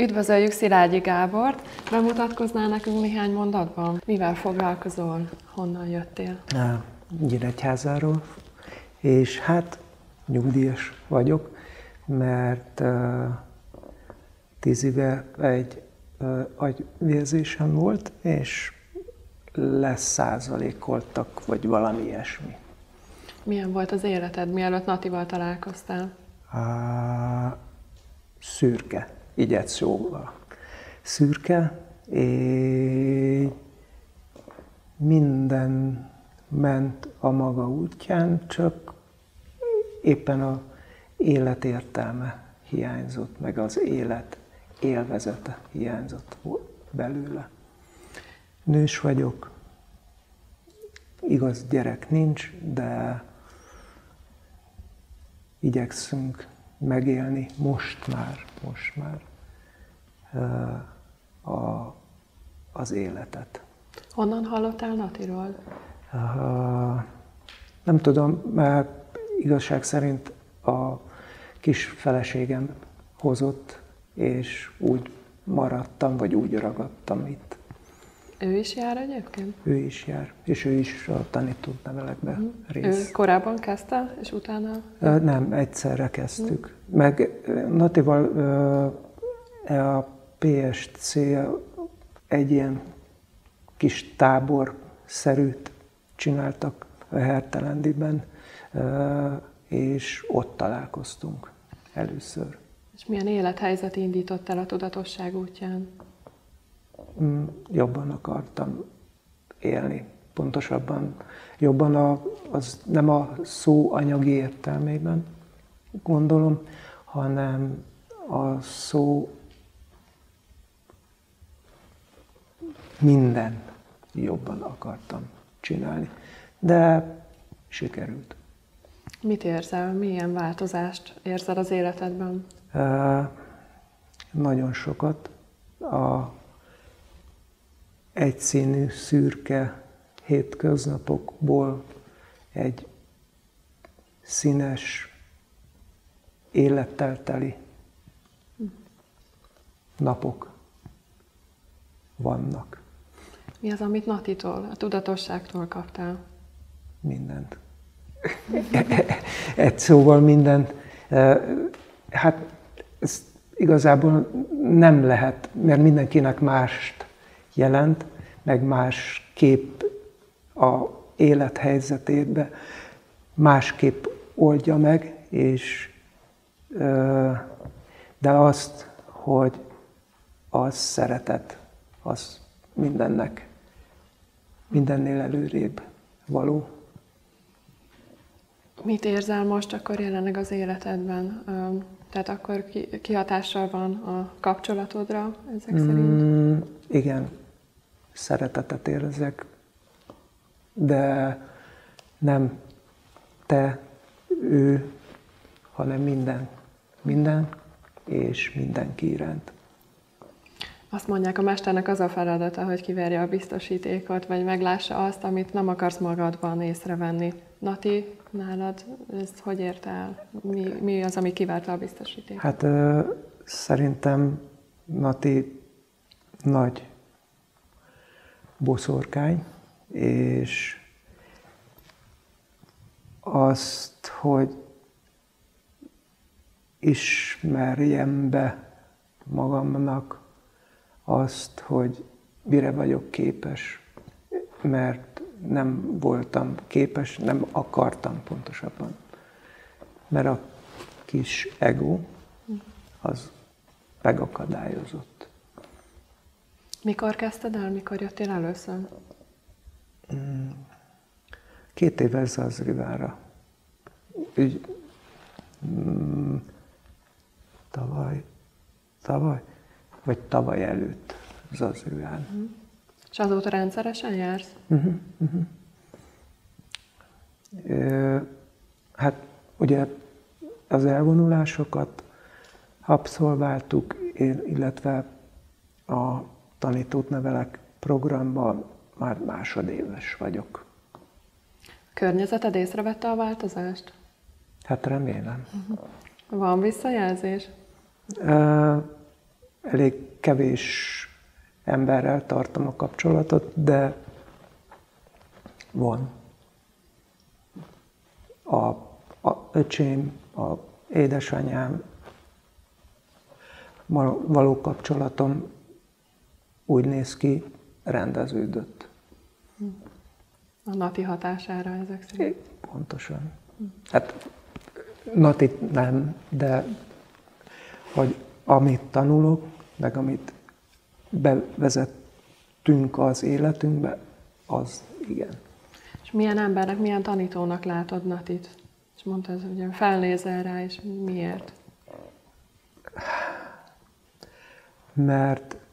Üdvözöljük Szilágyi Gábort! Bemutatkoznál nekünk néhány mondatban? Mivel foglalkozol? Honnan jöttél? Nyíregyházáról, és hát nyugdíjas vagyok, mert 10 éve egy agyvérzésem volt, és leszázalékoltak, vagy valami ilyesmi. Milyen volt az életed, mielőtt Natival találkoztál? Szürke, így egy szóval. Szürke, és minden ment a maga útján, csak éppen az élet értelme hiányzott, meg az élet élvezete hiányzott belőle. Nős vagyok, igaz gyerek nincs, de igyekszünk megélni most már az életet. Honnan hallottál Natiról? Nem tudom, mert igazság szerint a kis feleségem hozott, és úgy maradtam, vagy úgy ragadtam itt. Ő is jár egyébként? Ő is jár, és ő is a tanítónevelekbe rész. Ő korábban kezdte, és utána? Nem, egyszerre kezdtük. Meg Natival a PSC egy ilyen kis táborszerűt csináltak a Hertelendiben, és ott találkoztunk először. És milyen élethelyzet indított el a tudatosság útján? Jobban akartam élni. Pontosabban jobban az nem a szó anyagi értelmében gondolom, hanem a szó minden jobban akartam csinálni. De sikerült. Mit érzel? Milyen változást érzel az életedben? Nagyon sokat. Egyszínű, szürke hétköznapokból egy színes, élettel teli napok vannak. Mi az, amit Natitól, a tudatosságtól kaptál? Mindent. Egy szóval mindent. Hát ez igazából nem lehet, mert mindenkinek mást jelent, meg más kép a élethelyzetében, másképp oldja meg, és de azt, hogy az szeretet, az mindennél előrébb való. Mit érzel most akkor jelenleg az életedben? Tehát akkor kihatással van a kapcsolatodra ezek szerint? Igen, szeretetet érzek, de nem te, ő, hanem minden és mindenki iránt. Azt mondják, a mesternek az a feladata, hogy kiverje a biztosítékot, vagy meglássa azt, amit nem akarsz magadban észrevenni. Nati, nálad ezt hogy ért el? Mi az, ami kiverte a biztosítékot? Hát szerintem Nati nagy boszorkány, és azt, hogy ismerjem be magamnak azt, hogy mire vagyok képes, mert nem voltam képes, nem akartam pontosabban. Mert a kis ego az megakadályozott. Mikor kezdted el? Mikor jöttél először? 2 éve Zazrivára. Tavaly előtt Zazriván. És azóta rendszeresen jársz? Hát ugye az elvonulásokat abszolváltuk, illetve a tanítót nevelek programban már másodéves vagyok. Környezeted észrevette a változást? Hát remélem. Van visszajelzés? elég kevés emberrel tartom a kapcsolatot, de van. A öcsém, a édesanyám való kapcsolatom úgy néz ki, rendeződött. A Nati hatására ezek szerint? Pontosan. Hát Natit nem, de hogy amit tanulok, meg amit bevezettünk az életünkbe, az igen. És milyen embernek, milyen tanítónak látod Natit? És mondtad, hogy felnézel rá, és miért? Mert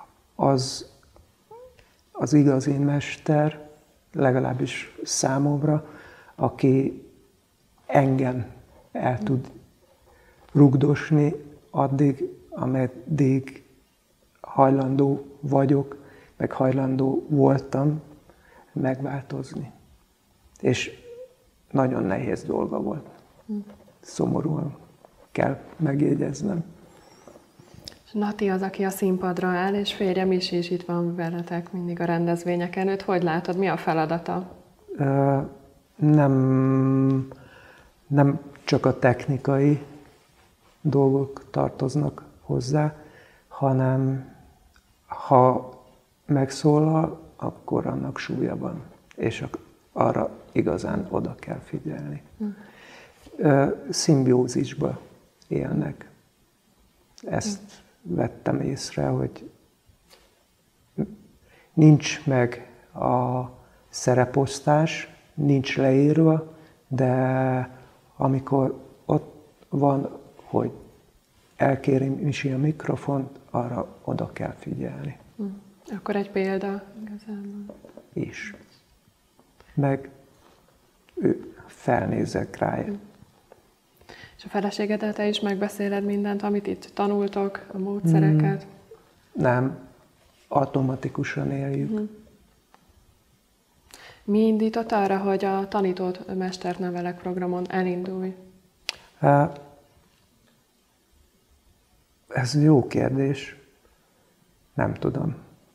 az igazi mester, legalábbis számomra, aki engem el tud rugdosni addig, ameddig hajlandó vagyok, meg hajlandó voltam megváltozni. És nagyon nehéz dolga volt. Szomorúan kell megjegyeznem. Nati az, aki a színpadra áll, és férje Misi is itt van veletek mindig a rendezvényeken. Őt hogy látod? Mi a feladata? Nem csak a technikai dolgok tartoznak hozzá, hanem ha megszólal, akkor annak súlya van, és arra igazán oda kell figyelni. Szimbiózisba élnek. Ezt vettem észre, hogy nincs meg a szereposztás, nincs leírva, de amikor ott van, hogy elkéri Misi a mikrofont, arra oda kell figyelni. Akkor egy példa igazából. Is. Meg ő felnézek rá. És a feleségeddel te is megbeszéled mindent, amit itt tanultok, a módszereket? Nem, automatikusan éljük. Mi indított arra, hogy a Tanított Mestert Nevelek programon elindulj? Ez jó kérdés. Nem tudom.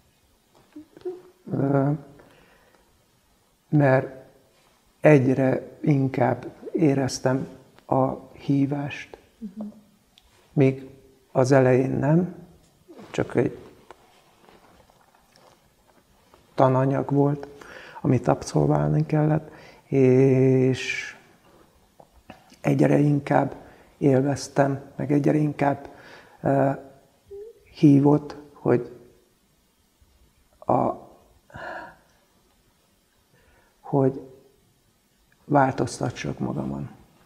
Mert egyre inkább éreztem a hívást. Még az elején nem, csak egy tananyag volt, amit abszolválni kellett, és egyre inkább élveztem, meg egyre inkább hívott, hogy változtassak magamon.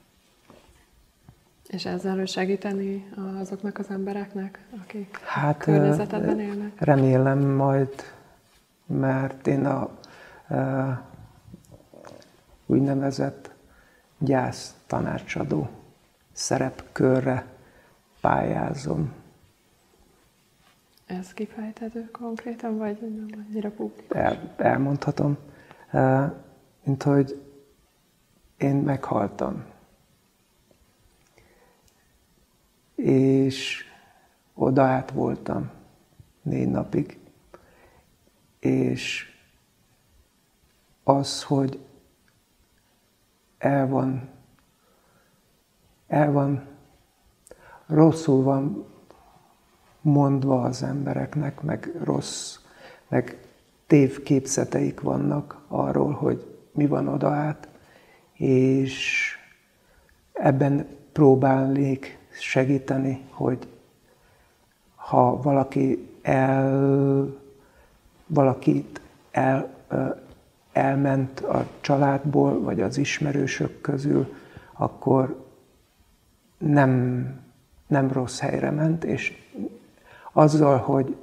És ezzel segíteni azoknak az embereknek, akik a környezetedben élnek? Remélem majd, mert én a úgynevezett gyász tanácsadó szerepkörre pályázom. Ez kifejthető konkrétan, vagy nem annyira publikus? Elmondhatom, mint hogy én meghaltam. És oda át voltam 4 napig. És az, hogy el van, rosszul van mondva az embereknek, meg tévképzeteik vannak arról, hogy mi van oda át, és ebben próbálnék segíteni, hogy ha valakit elment a családból, vagy az ismerősök közül, akkor nem rossz helyre ment, és azzal, hogy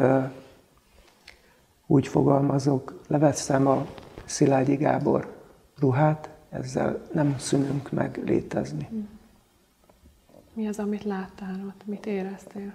úgy fogalmazok, leveszem a Szilágyi Gábor ruhát, ezzel nem szűnünk meg létezni. Mi az, amit láttál ott? Mit éreztél?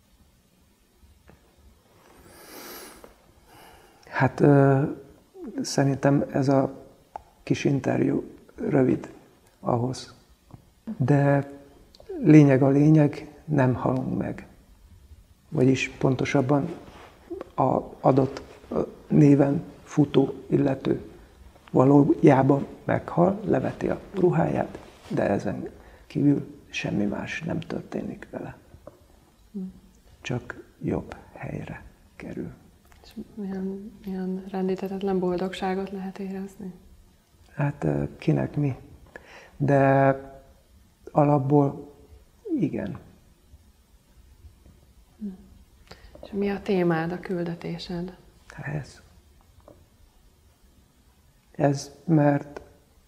Hát szerintem ez a kis interjú rövid ahhoz. De lényeg a lényeg, nem halunk meg. vagyis pontosabban a adott néven futó illető valójában meghal, leveti a ruháját, de ezen kívül semmi más nem történik vele. Csak jobb helyre kerül. És milyen rendíthetetlen boldogságot lehet érezni? Hát kinek mi? De alapból igen. És mi a témád, a küldetésed? Ez, mert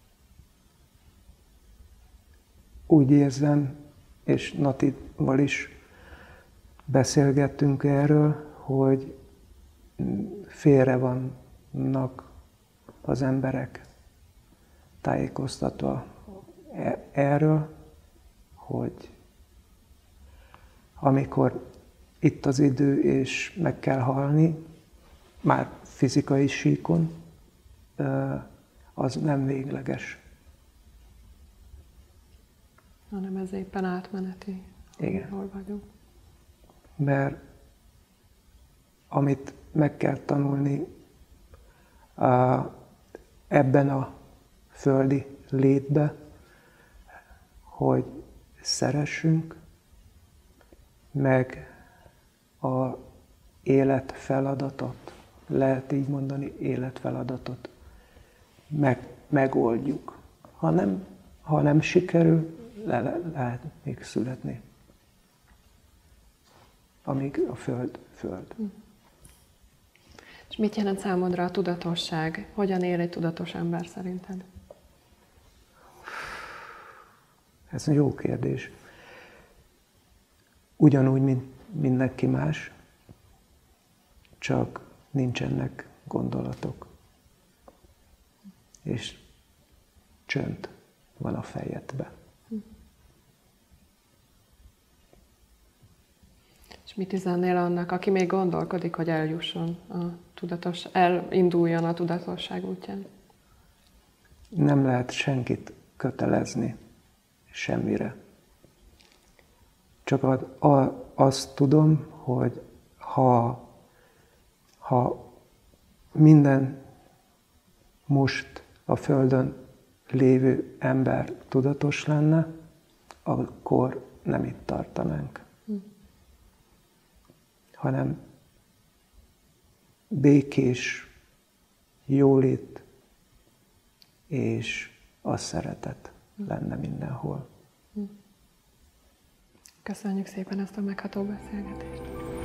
úgy érzem, és Natival is beszélgettünk erről, hogy félre vannak az emberek tájékoztatva erről, hogy amikor itt az idő és meg kell halni, már fizikai síkon, az nem végleges. Hanem ez éppen átmeneti. Igen. Hol vagyunk. Mert amit meg kell tanulni ebben a földi létbe, hogy szeressünk, meg a életfeladatot, lehet így mondani, életfeladatot megoldjuk. Ha nem sikerül, lehet még születni. Amíg a föld. És mit jelent számodra a tudatosság? Hogyan él egy tudatos ember szerinted? Ez egy jó kérdés. Ugyanúgy, mint mindenki más, csak nincsenek gondolatok. És csönd van a fejedbe. És mit üzennél annak, aki még gondolkodik, hogy elinduljon a tudatosság útján? Nem lehet senkit kötelezni semmire. Csak azt tudom, hogy ha minden most a Földön lévő ember tudatos lenne, akkor nem itt tartanánk. Hanem békés, jólét és a szeretet lenne mindenhol. Köszönjük szépen ezt a megható beszélgetést!